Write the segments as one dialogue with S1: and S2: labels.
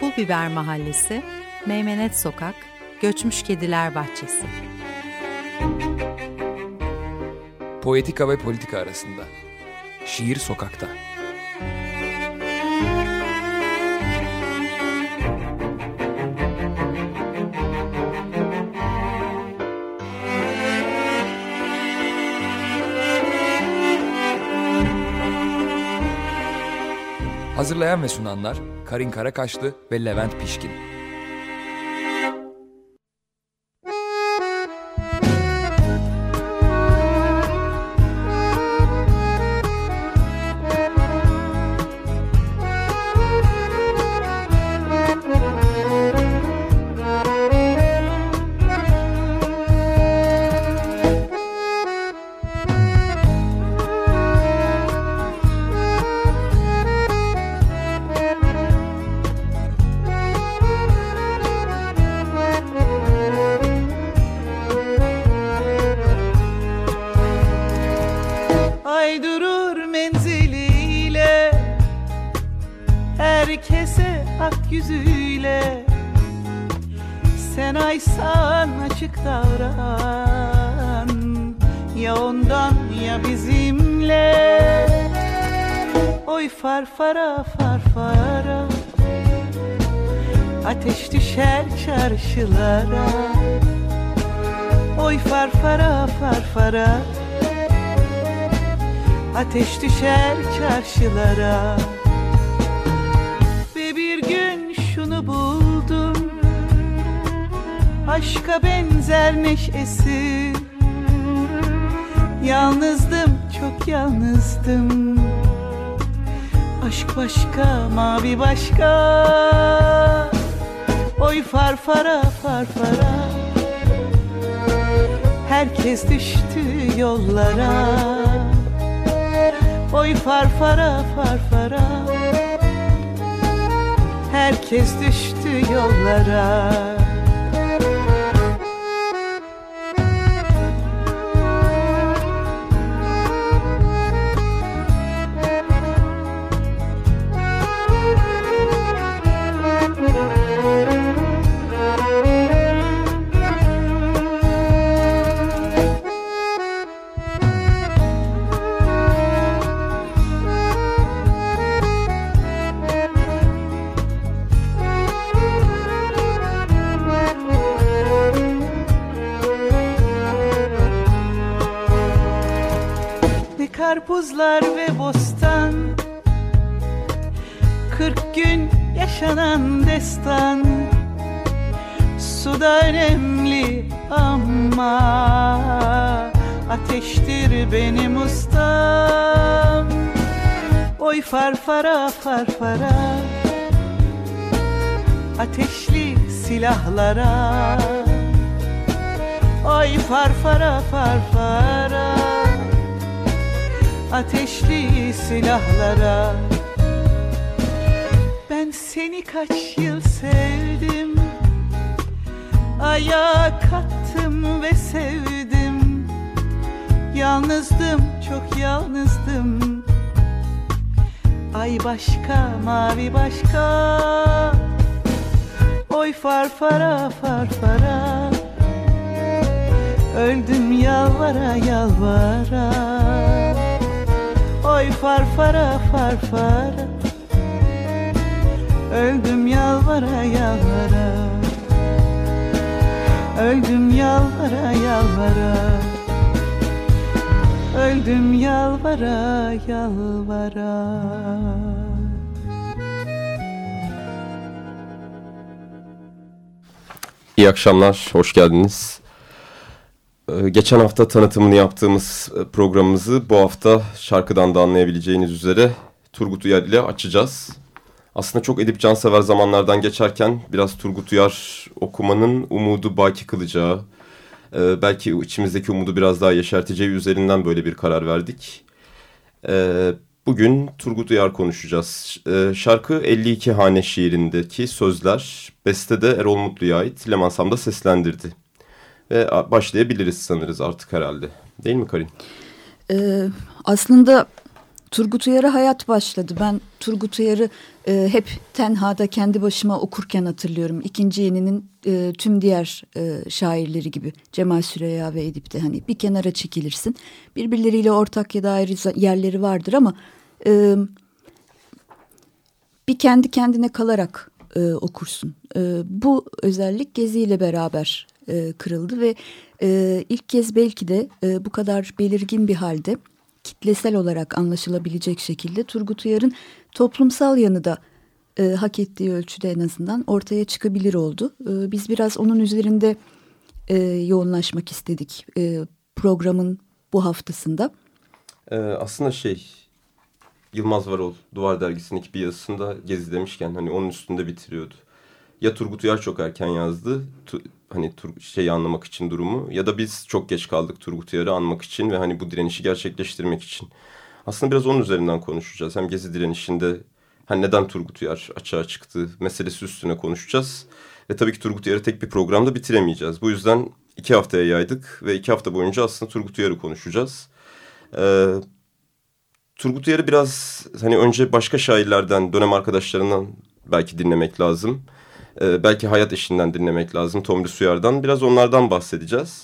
S1: Pulbiber Mahallesi, Meymenet Sokak, Göçmüş Kediler Bahçesi.
S2: Poetika ve politika arasında. Şiir sokakta. Hazırlayan ve sunanlar Karin Karakaşlı ve Levent Pişkin.
S3: Herkese ak yüzüyle sen aysan açık davran, ya ondan ya bizimle. Oy farfara farfara, ateş düşer çarşılara. Oy farfara farfara, ateş düşer çarşılara. Bir gün şunu buldum, aşka benzer neşesi. Yalnızdım, çok yalnızdım. Aşk başka, mavi başka. Oy farfara farfara, herkes düştü yollara. Oy farfara farfara, herkes düştü yollara. Karpuzlar ve bostan, 40 gün yaşanan destan. Suda önemli ama ateştir benim ustam. Oy farfara farfara, ateşli silahlara. Oy farfara farfara, ateşli silahlara. Ben seni kaç yıl sevdim, ayağa kalktım ve sevdim. Yalnızdım, çok yalnızdım. Ay başka, mavi başka. Oy farfara farfara, öldüm yalvara yalvara. Oy farfara farfara, öldüm yalvara yalvara. Öldüm yalvara yalvara, öldüm yalvara yalvara.
S4: İyi akşamlar, hoş geldiniz. Geçen hafta tanıtımını yaptığımız programımızı bu hafta şarkıdan da anlayabileceğiniz üzere Turgut Uyar ile açacağız. Aslında çok edip cansever zamanlardan geçerken biraz Turgut Uyar okumanın umudu baki kılacağı, belki içimizdeki umudu biraz daha yeşerteceği üzerinden böyle bir karar verdik. Bugün Turgut Uyar konuşacağız. Şarkı 52 Hane şiirindeki sözler bestede Erol Mutlu'ya ait, Leman Sam da seslendirdi. Ve başlayabiliriz sanırız artık herhalde. Değil mi Karin?
S5: Aslında Turgut Uyar'a hayat başladı. Ben Turgut Uyar'ı hep tenhada kendi başıma okurken hatırlıyorum. İkinci Yeni'nin tüm diğer şairleri gibi, Cemal Süreyya ve Edip'te hani bir kenara çekilirsin. Birbirleriyle ortak ya da ayrı yerleri vardır ama bir kendi kendine kalarak okursun. Bu özellik Gezi ile beraber kırıldı ve ilk kez belki de bu kadar belirgin bir halde kitlesel olarak anlaşılabilecek şekilde Turgut Uyar'ın toplumsal yanı da hak ettiği ölçüde en azından ortaya çıkabilir oldu. Biz biraz onun üzerinde yoğunlaşmak istedik programın bu haftasında.
S4: Aslında Yılmaz Varol Duvar Dergisi'ndeki bir yazısında Gezi demişken hani onun üstünde bitiriyordu. Ya Turgut Uyar çok erken yazdı hani anlamak için durumu, ya da biz çok geç kaldık Turgut Uyar'ı anmak için ve hani bu direnişi gerçekleştirmek için. Aslında biraz onun üzerinden konuşacağız. Hem Gezi direnişinde hani neden Turgut Uyar açığa çıktı meselesi üstüne konuşacağız. Ve tabii ki Turgut Uyar'ı tek bir programda bitiremeyeceğiz. Bu yüzden 2 haftaya yaydık ve 2 hafta boyunca aslında Turgut Uyar'ı konuşacağız. Turgut Uyar'ı biraz hani önce başka şairlerden, dönem arkadaşlarından belki dinlemek lazım. Belki hayat eşinden dinlemek lazım, Tomris Uyar'dan. Biraz onlardan bahsedeceğiz.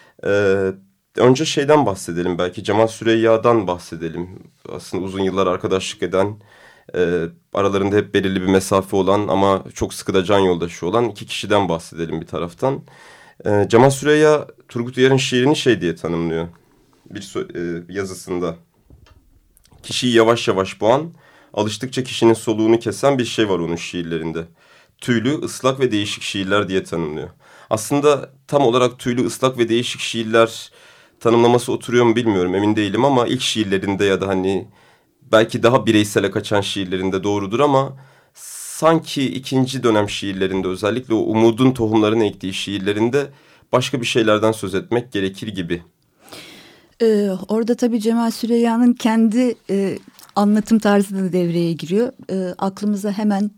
S4: Önce şeyden bahsedelim, belki Cemal Süreyya'dan bahsedelim. Aslında uzun yıllar arkadaşlık eden, aralarında hep belirli bir mesafe olan ama çok sıkı da can yoldaşı olan 2 kişiden bahsedelim bir taraftan. Cemal Süreyya, Turgut Uyar'ın şiirini diye tanımlıyor bir yazısında. Kişiyi yavaş yavaş boğan, alıştıkça kişinin soluğunu kesen bir şey var onun şiirlerinde. Tüylü, ıslak ve değişik şiirler diye tanımlıyor. Aslında tam olarak tüylü, ıslak ve değişik şiirler tanımlaması oturuyor mu bilmiyorum, emin değilim ama ilk şiirlerinde ya da hani belki daha bireysele kaçan şiirlerinde doğrudur ama sanki ikinci dönem şiirlerinde, özellikle o umudun tohumlarını ektiği şiirlerinde başka bir şeylerden söz etmek gerekir gibi.
S5: Orada tabii Cemal Süreyya'nın kendi anlatım tarzı da devreye giriyor. Aklımıza hemen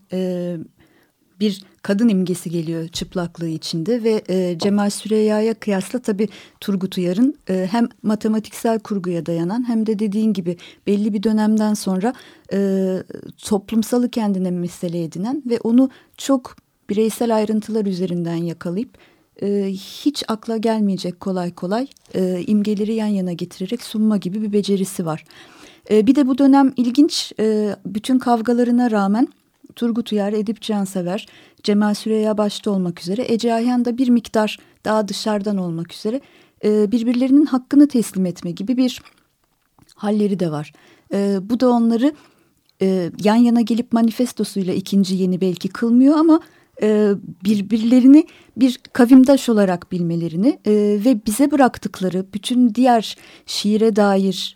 S5: bir kadın imgesi geliyor çıplaklığı içinde ve Cemal Süreyya'ya kıyasla tabii Turgut Uyar'ın hem matematiksel kurguya dayanan hem de dediğin gibi belli bir dönemden sonra toplumsalı kendine mesele edinen ve onu çok bireysel ayrıntılar üzerinden yakalayıp hiç akla gelmeyecek kolay kolay imgeleri yan yana getirerek sunma gibi bir becerisi var. Bir de bu dönem ilginç, bütün kavgalarına rağmen Turgut Uyar, Edip Cansever, Cemal Süreyya başta olmak üzere, Ece Ayhan da bir miktar daha dışarıdan olmak üzere birbirlerinin hakkını teslim etme gibi bir halleri de var. Bu da onları yan yana gelip manifestosuyla ikinci yeni belki kılmıyor ama birbirlerini bir kavimdaş olarak bilmelerini ve bize bıraktıkları bütün diğer şiire dair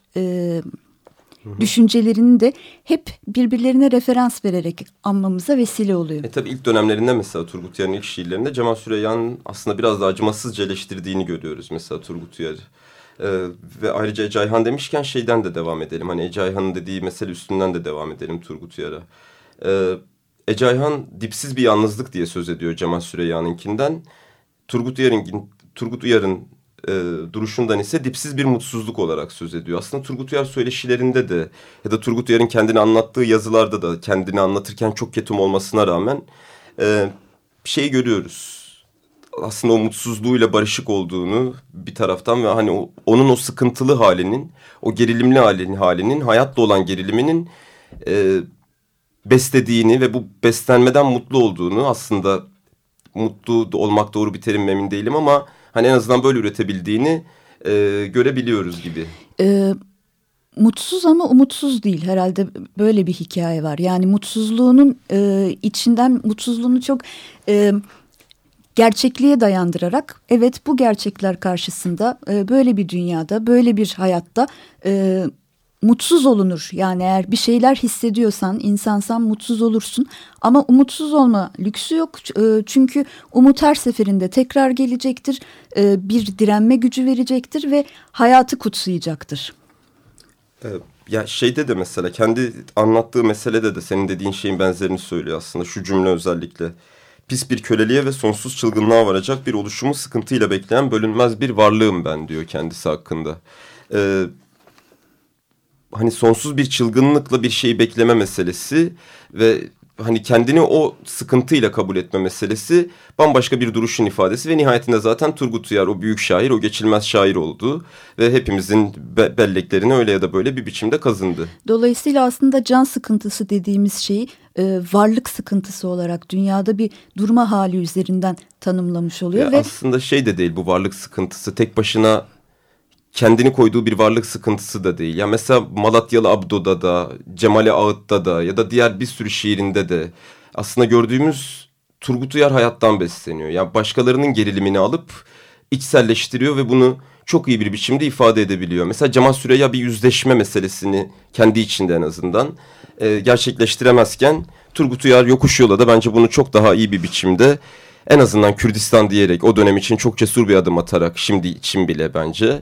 S5: düşüncelerini de hep birbirlerine referans vererek anmamıza vesile oluyor.
S4: Tabii ilk dönemlerinde mesela Turgut Uyar'ın ilk şiirlerinde Cemal Süreyya'nın aslında biraz da acımasızca eleştirdiğini görüyoruz mesela Turgut Uyar'ı. Ve ayrıca Ece Ayhan demişken şeyden de devam edelim. Hani Ece Ayhan'ın dediği mesele üstünden de devam edelim Turgut Uyar'a. Ece Ayhan dipsiz bir yalnızlık diye söz ediyor Cemal Süreyya'nınkinden. Turgut Uyar'ın duruşundan ise dipsiz bir mutsuzluk olarak söz ediyor. Aslında Turgut Uyar söyleşilerinde de ya da Turgut Uyar'ın kendini anlattığı yazılarda da kendini anlatırken çok ketum olmasına rağmen şeyi görüyoruz. Aslında o mutsuzluğuyla barışık olduğunu bir taraftan ve hani onun o sıkıntılı halinin, o gerilimli halinin hayatla olan geriliminin beslediğini ve bu beslenmeden mutlu olduğunu, aslında mutlu olmak doğru bir terim emin değilim ama hani en azından böyle üretebildiğini görebiliyoruz gibi.
S5: Mutsuz ama umutsuz değil, herhalde böyle bir hikaye var. Yani mutsuzluğunun içinden mutsuzluğunu çok gerçekliğe dayandırarak, evet bu gerçekler karşısında böyle bir dünyada, böyle bir hayatta mutsuz olunur. Yani eğer bir şeyler hissediyorsan, insansan mutsuz olursun. Ama umutsuz olma lüksü yok. Çünkü umut her seferinde tekrar gelecektir. Bir direnme gücü verecektir ve hayatı kutsayacaktır.
S4: Ya şeyde de mesela kendi anlattığı meselede de senin dediğin şeyin benzerini söylüyor aslında. Şu cümle özellikle. Pis bir köleliğe ve sonsuz çılgınlığa varacak bir oluşumu sıkıntıyla bekleyen bölünmez bir varlığım ben diyor kendisi hakkında. hani sonsuz bir çılgınlıkla bir şeyi bekleme meselesi ve hani kendini o sıkıntıyla kabul etme meselesi bambaşka bir duruşun ifadesi ve nihayetinde zaten Turgut Uyar o büyük şair, o geçilmez şair oldu ve hepimizin belleklerini öyle ya da böyle bir biçimde kazındı.
S5: Dolayısıyla aslında can sıkıntısı dediğimiz şeyi varlık sıkıntısı olarak dünyada bir durma hali üzerinden tanımlamış oluyor. Ve
S4: aslında şey de değil, bu varlık sıkıntısı tek başına kendini koyduğu bir varlık sıkıntısı da değil. Yani mesela Malatyalı Abdo'da da, Cemali Ağıt'ta da ya da diğer bir sürü şiirinde de aslında gördüğümüz Turgut Uyar hayattan besleniyor. Yani başkalarının gerilimini alıp içselleştiriyor ve bunu çok iyi bir biçimde ifade edebiliyor. Mesela Cemal Süreyya bir yüzleşme meselesini kendi içinde en azından gerçekleştiremezken Turgut Uyar Yokuş Yola da bence bunu çok daha iyi bir biçimde, en azından Kürdistan diyerek o dönem için çok cesur bir adım atarak şimdi için bile bence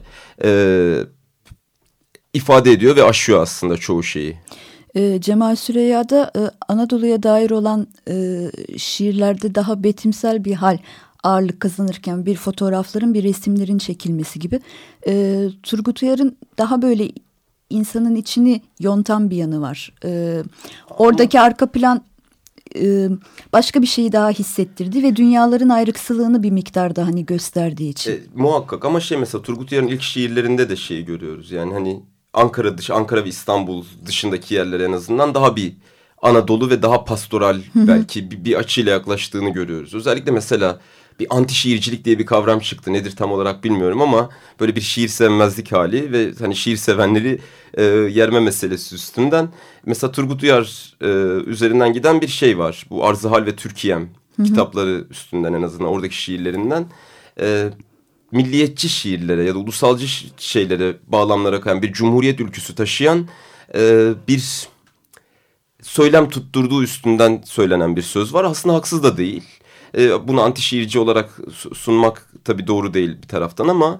S4: ifade ediyor ve aşıyor aslında çoğu şeyi.
S5: Cemal Süreyya'da Anadolu'ya dair olan şiirlerde daha betimsel bir hal ağırlık kazanırken bir fotoğrafların, bir resimlerin çekilmesi gibi. Turgut Uyar'ın daha böyle insanın içini yontan bir yanı var. Oradaki arka plan başka bir şeyi daha hissettirdi ve dünyaların ayrıksılığını bir miktarda hani gösterdiği için.
S4: Muhakkak ama mesela Turgut Uyar'ın ilk şiirlerinde de şeyi görüyoruz. Yani hani Ankara ve İstanbul dışındaki yerlere en azından daha bir Anadolu ve daha pastoral belki bir açıyla yaklaştığını görüyoruz. Özellikle mesela bir anti şiircilik diye bir kavram çıktı. Nedir tam olarak bilmiyorum ama böyle bir şiir sevmezlik hali ve hani şiir sevenleri yerme meselesi üstünden. Mesela Turgut Uyar üzerinden giden bir şey var. Bu Arzı-Hal ve Türkiyem kitapları üstünden, en azından oradaki şiirlerinden milliyetçi şiirlere ya da ulusalcı şeylere, bağlamlara kayan bir cumhuriyet ülküsü taşıyan bir söylem tutturduğu üstünden söylenen bir söz var. Aslında haksız da değil. Bunu anti şiirci olarak sunmak tabii doğru değil bir taraftan ama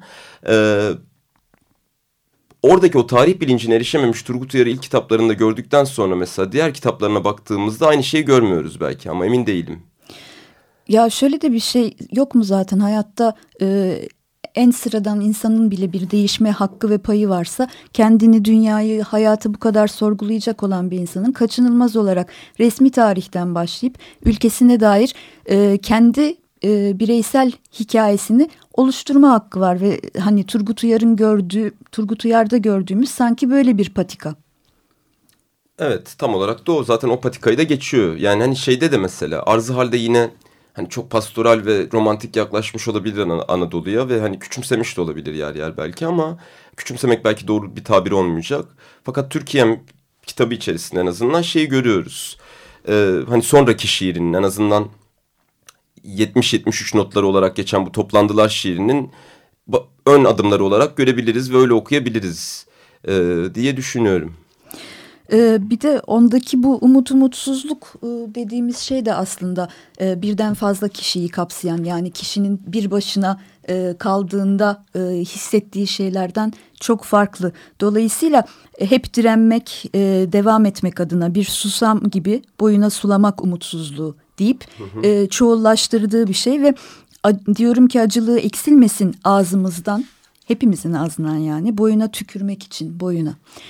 S4: oradaki o tarih bilincine erişememiş Turgut Uyar'ı ilk kitaplarında gördükten sonra mesela diğer kitaplarına baktığımızda aynı şeyi görmüyoruz belki ama emin değilim.
S5: Ya şöyle de bir şey yok mu zaten hayatta en sıradan insanın bile bir değişme hakkı ve payı varsa kendini, dünyayı, hayatı bu kadar sorgulayacak olan bir insanın kaçınılmaz olarak resmi tarihten başlayıp ülkesine dair kendi bireysel hikayesini oluşturma hakkı var ve hani Turgut Uyar'da gördüğümüz sanki böyle bir patika.
S4: Evet, tam olarak da o. Zaten o patikayı da geçiyor. Yani hani şeyde de mesela Arzı-Hal'de yine hani çok pastoral ve romantik yaklaşmış olabilir Anadolu'ya ve hani küçümsemiş de olabilir yer yer belki ama küçümsemek belki doğru bir tabir olmayacak. Fakat Türkiye kitabı içerisinde en azından şeyi görüyoruz. Hani sonraki şiirinin, en azından 70-73 notları olarak geçen bu Toplandılar şiirinin ön adımları olarak görebiliriz ve öyle okuyabiliriz diye düşünüyorum.
S5: Bir de ondaki bu umutsuzluk dediğimiz şey de aslında birden fazla kişiyi kapsayan, yani kişinin bir başına kaldığında hissettiği şeylerden çok farklı. Dolayısıyla hep direnmek, devam etmek adına bir susam gibi boyuna sulamak umutsuzluğu deyip çoğullaştırdığı bir şey ve diyorum ki acılığı eksilmesin ağzımızdan, hepimizin ağzından, yani boyuna tükürmek için boyuna.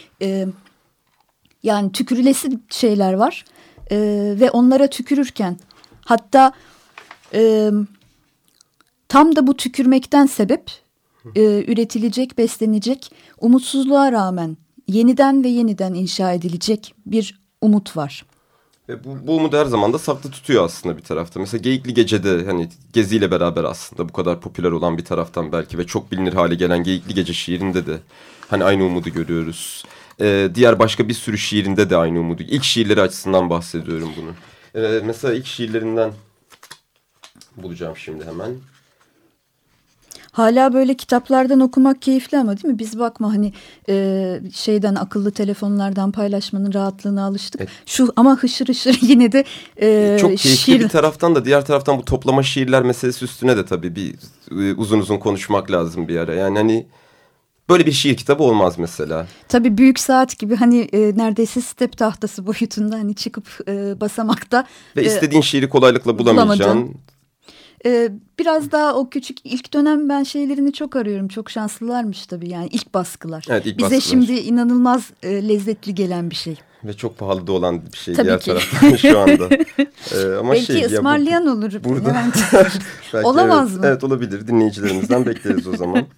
S5: Yani tükürülesi şeyler var ve onlara tükürürken hatta tam da bu tükürmekten sebep üretilecek, beslenecek, umutsuzluğa rağmen yeniden ve yeniden inşa edilecek bir umut var.
S4: Ve bu umudu her zaman da saklı tutuyor aslında bir tarafta. Mesela Geyikli Gece'de hani Gezi ile beraber aslında bu kadar popüler olan bir taraftan belki ve çok bilinir hale gelen Geyikli Gece şiirinde de hani aynı umudu görüyoruz. Diğer başka bir sürü şiirinde de aynı umudu. İlk şiirleri açısından bahsediyorum bunu. Mesela ilk şiirlerinden bulacağım şimdi hemen.
S5: Hala böyle kitaplardan okumak keyifli ama, değil mi? Biz bakma hani şeyden, akıllı telefonlardan paylaşmanın rahatlığına alıştık. Evet. Ama hışır hışır yine de
S4: çok keyifli bir taraftan da, diğer taraftan bu toplama şiirler meselesi üstüne de tabii bir uzun uzun konuşmak lazım bir ara. Yani hani böyle bir şiir kitabı olmaz mesela.
S5: Tabii Büyük Saat gibi hani neredeyse step tahtası boyutunda hani çıkıp basamakta.
S4: Ve istediğin şiiri kolaylıkla bulamayacaksın.
S5: Biraz daha o küçük ilk dönem ben şeylerini çok arıyorum. Çok şanslılarmış tabii yani ilk baskılar.
S4: Evet, ilk
S5: bize
S4: baskılar.
S5: Şimdi inanılmaz lezzetli gelen bir şey.
S4: Ve çok pahalı da olan bir şey
S5: tabii
S4: diğer
S5: ki.
S4: taraftan şu anda. Ama
S5: belki ısmarlayan olur.
S4: Burada. Belki
S5: olamaz
S4: evet,
S5: mı?
S4: Evet, olabilir. Dinleyicilerimizden bekleriz o zaman.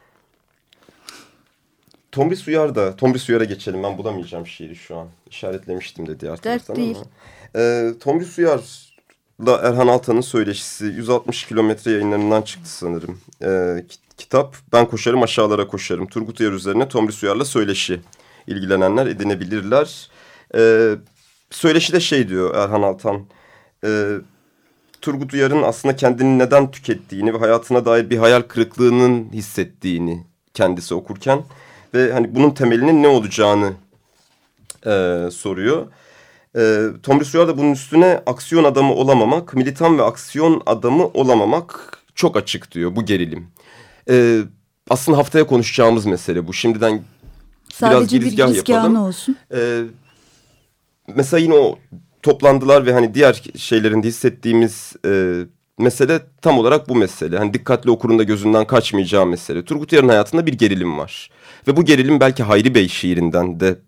S4: Tomris Uyar'a geçelim. Ben bulamayacağım şiiri şu an. İşaretlemiştim de diğer taraftan
S5: değil.
S4: ama. Tomris Uyar'la Erhan Altan'ın söyleşisi 160 kilometre yayınlarından çıktı sanırım. Kitap Ben Koşarım Aşağılara Koşarım. Turgut Uyar üzerine Tomris Uyar'la söyleşi. İlgilenenler edinebilirler. Söyleşide şey diyor Erhan Altan. Turgut Uyar'ın aslında kendini neden tükettiğini ve hayatına dair bir hayal kırıklığının hissettiğini kendisi okurken ve hani bunun temelinin ne olacağını soruyor. Tomris Uyar da bunun üstüne aksiyon adamı olamamak, militan ve aksiyon adamı olamamak çok açık diyor bu gerilim. Aslında haftaya konuşacağımız mesele bu. Şimdiden
S5: sadece
S4: biraz girizgah
S5: bir
S4: yapalım.
S5: olsun.
S4: Mesela yine o toplandılar ve hani diğer şeylerinde hissettiğimiz mesele tam olarak bu mesele. Hani dikkatli okurun da gözünden kaçmayacağı mesele. Turgut Uyar'ın hayatında bir gerilim var. Ve bu gerilim belki Hayri Bey şiirinden de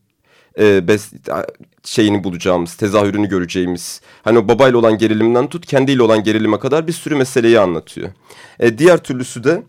S4: şeyini bulacağımız, tezahürünü göreceğimiz. Hani o babayla olan gerilimden tut kendiyle olan gerilime kadar bir sürü meseleyi anlatıyor. Diğer türlüsü de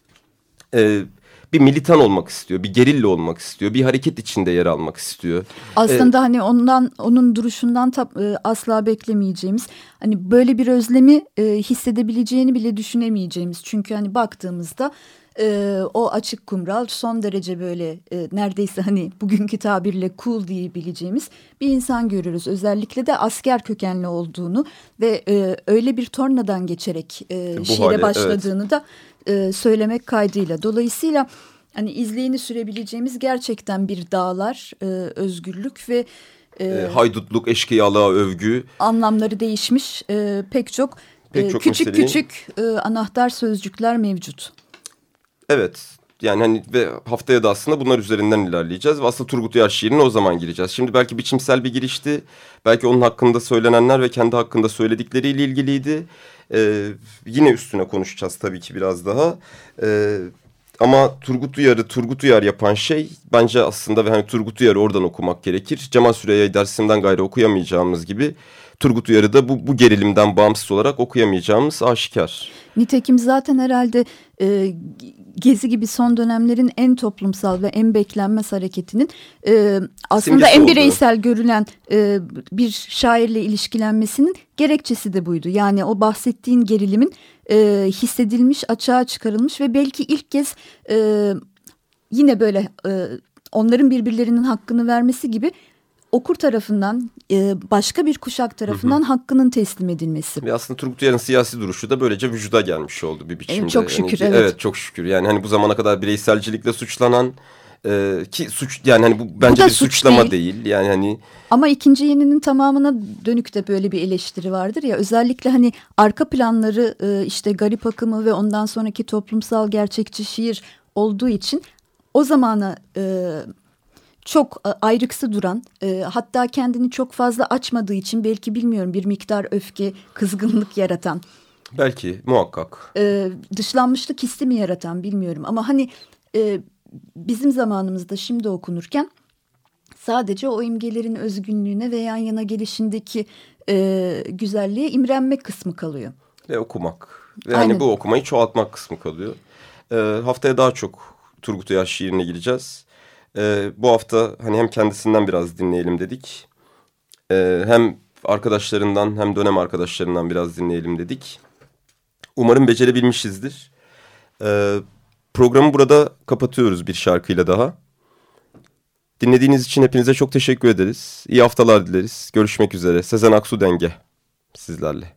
S4: bir militan olmak istiyor, bir gerilla olmak istiyor, bir hareket içinde yer almak istiyor.
S5: Aslında hani onun duruşundan asla beklemeyeceğimiz, hani böyle bir özlemi hissedebileceğini bile düşünemeyeceğimiz. Çünkü hani baktığımızda o açık kumral son derece böyle neredeyse hani bugünkü tabirle cool diyebileceğimiz bir insan görürüz. Özellikle de asker kökenli olduğunu ve öyle bir tornadan geçerek şiire başladığını da söylemek kaydıyla. Dolayısıyla hani izleyini sürebileceğimiz gerçekten bir dağlar, özgürlük ve
S4: haydutluk, eşkıyalığa övgü.
S5: Anlamları değişmiş pek çok küçük
S4: meseleyi...
S5: küçük anahtar sözcükler mevcut.
S4: Evet. Yani hani ve haftaya da aslında bunlar üzerinden ilerleyeceğiz. Ve aslında Turgut Uyar şiirine o zaman gireceğiz. Şimdi belki biçimsel bir girişti. Belki onun hakkında söylenenler ve kendi hakkında söyledikleriyle ilgiliydi. Yine üstüne konuşacağız tabii ki biraz daha. Ama Turgut Uyar yapan şey bence aslında ve hani Turgut Uyar'ı oradan okumak gerekir. Cemal Süreyya'yı dersimden gayrı okuyamayacağımız gibi Turgut Uyar'ı da bu gerilimden bağımsız olarak okuyamayacağımız aşikar.
S5: Nitekim zaten herhalde Gezi gibi son dönemlerin en toplumsal ve en beklenmez hareketinin aslında
S4: simgesi
S5: en
S4: oldu.
S5: bireysel görülen bir şairle ilişkilenmesinin gerekçesi de buydu. Yani o bahsettiğin gerilimin hissedilmiş, açığa çıkarılmış ve belki ilk kez yine böyle onların birbirlerinin hakkını vermesi gibi okur tarafından, başka bir kuşak tarafından hakkının teslim edilmesi.
S4: Ve aslında Turgut Uyar'ın siyasi duruşu da böylece vücuda gelmiş oldu bir biçimde.
S5: Çok şükür,
S4: yani,
S5: evet.
S4: Evet, çok şükür. Yani hani bu zamana kadar bireyselcilikle suçlanan ki suç, yani hani bu bence
S5: bu
S4: bir suçlama değil. Yani hani
S5: ama ikinci yeninin tamamına dönük de böyle bir eleştiri vardır ya. Özellikle hani arka planları işte garip akımı ve ondan sonraki toplumsal gerçekçi şiir olduğu için o zamana çok ayrıksı duran, hatta kendini çok fazla açmadığı için belki bilmiyorum bir miktar öfke, kızgınlık yaratan.
S4: belki muhakkak.
S5: Dışlanmışlık hissi mi yaratan bilmiyorum ama hani bizim zamanımızda şimdi okunurken sadece o imgelerin özgünlüğüne ve yan yana gelişindeki güzelliğe imrenme kısmı kalıyor.
S4: Ve okumak. Ve hani bu okumayı çoğaltmak kısmı kalıyor. Haftaya daha çok Turgut Uyar şiirine gireceğiz. Bu hafta hani hem kendisinden biraz dinleyelim dedik. Hem arkadaşlarından hem dönem arkadaşlarından biraz dinleyelim dedik. Umarım becerebilmişizdir. Programı burada kapatıyoruz bir şarkıyla daha. Dinlediğiniz için hepinize çok teşekkür ederiz. İyi haftalar dileriz. Görüşmek üzere. Sezen Aksu Denge sizlerle.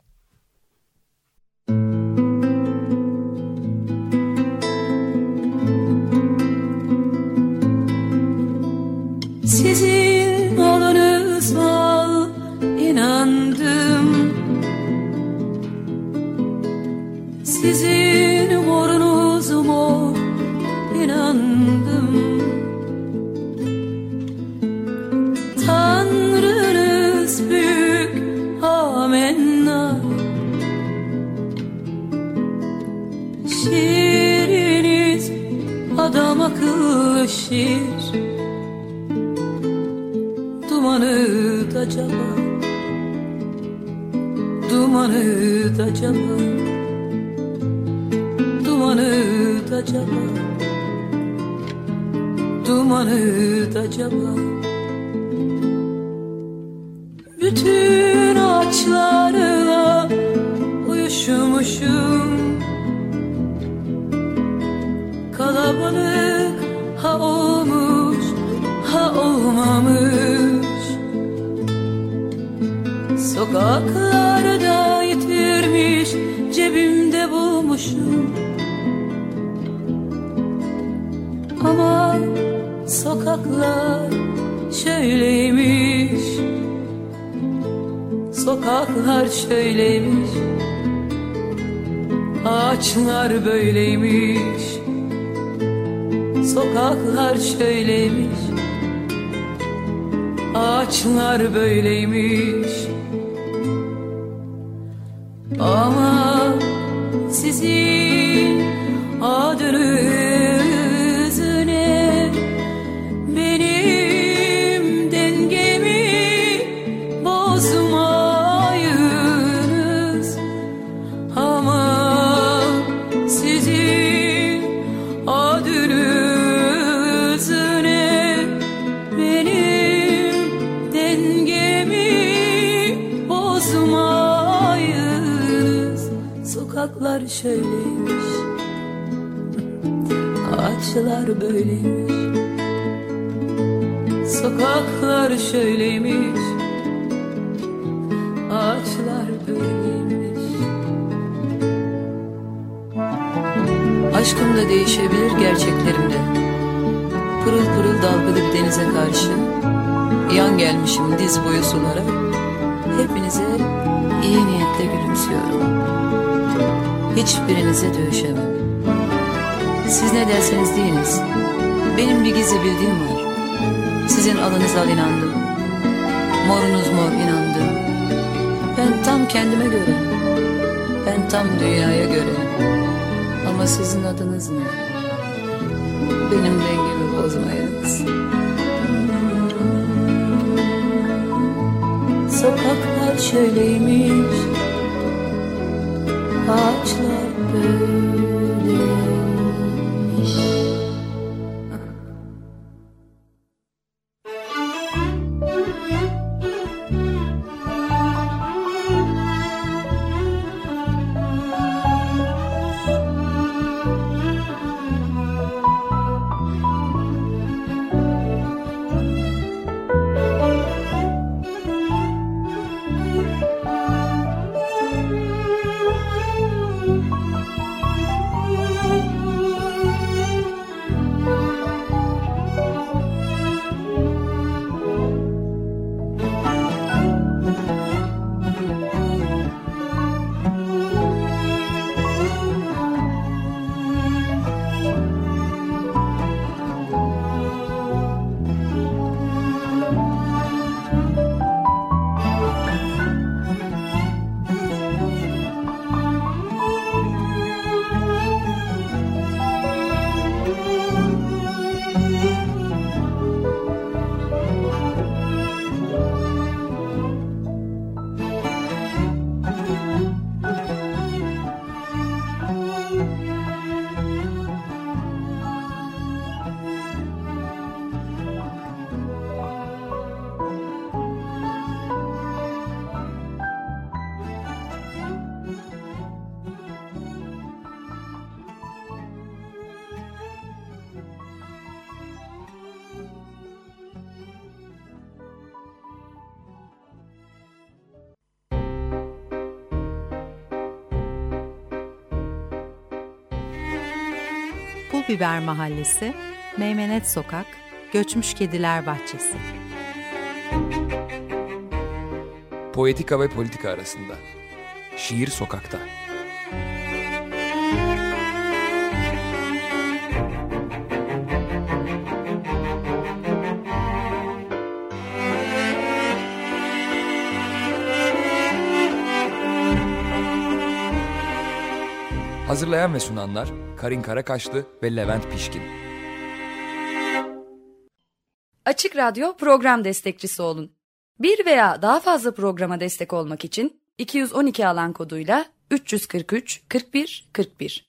S6: Sizin olunuzma inandım, sizin umurunuzma inandım. Tanrınız büyük, amenna. şiir dumanı da caba, dumanı da caba, dumanı da caba, dumanı da caba. Bütün ağaçlarla uyuşmuşum, kalabalık ha olmuş ha olmamış. Sokaklarda yitirmiş, cebimde bulmuşum. Ama sokaklar şöyleymiş, sokaklar şöyleymiş, ağaçlar böyleymiş, sokaklar şöyleymiş, ağaçlar böyleymiş. Ama sizin adınız ne? Benim dengemi bozmayınız. Ama sizin adınız ne? Benim dengemi bozmayınız. Sokaklar şöyleymiş, ağaçlar böyleymiş, sokaklar şöyleymiş, ağaçlar böyleymiş. Aşkım da değişebilir, gerçeklerim de. Pırıl pırıl dalgalı bir denize karşı yan gelmişim diz boyu sulara. Hepinize iyi niyetle gülümsüyorum. Hiçbirinize dövüşemem. Siz ne derseniz deyiniz, benim bir gizli bildiğim var. Sizin alınız al inandım, morunuz mor inandım. Ben tam kendime göre, ben tam dünyaya göre. Ama sizin adınız ne? Benim dengemi bozmayınız. Sokaklar şöyleymiş, ağaçlar böyleymiş.
S1: Pulbiber Mahallesi, Meymenet Sokak, Göçmüş Kediler Bahçesi.
S2: Poetika ve politika arasında. Şiir sokakta. Hazırlayan ve sunanlar Karin Karakaşlı ve Levent Pişkin.
S7: Açık Radyo program destekçisi olun. Bir veya daha fazla programa destek olmak için 212 alan koduyla 343 41 41